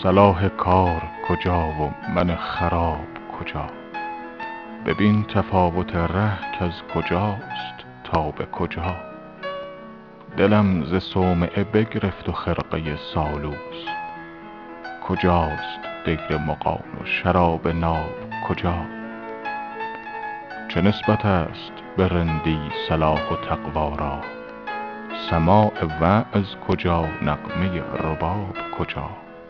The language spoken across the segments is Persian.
صلاح کار کجا و من خراب کجا؟ ببین تفاوت ره کز کجاست تا به کجا. دلم ز صومعه بگرفت و خرقه سالوس، کجاست دیر مغان و شراب ناب کجا؟ چه نسبت است به رندی صلاح و تقوا را، سماع وعظ کجا نغمه رباب کجا؟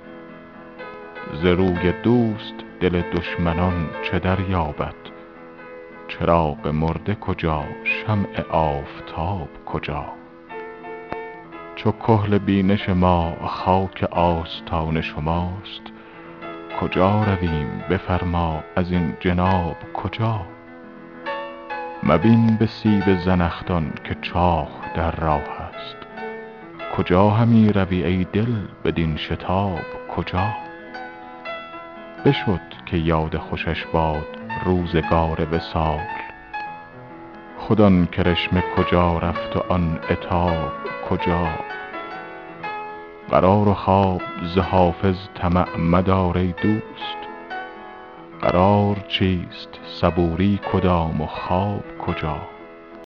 ز روی دوست دل دشمنان چه دریابد، چراغ مرده کجا شمع آفتاب کجا؟ چو کحل بینش ما خاک آستان شماست، کجا رویم بفرما از این جناب کجا؟ مبین به سیب زنخدان که چاه در راه است، کجا همی روی ای دل بدین شتاب کجا؟ بشد که یاد خوشش باد روزگار وصال، خود آن کرشمه کجا رفت و آن عتاب کجا؟ قرار و خواب ز حافظ طمع مدار ای دوست، قرار چیست صبوری کدام و خواب کجا؟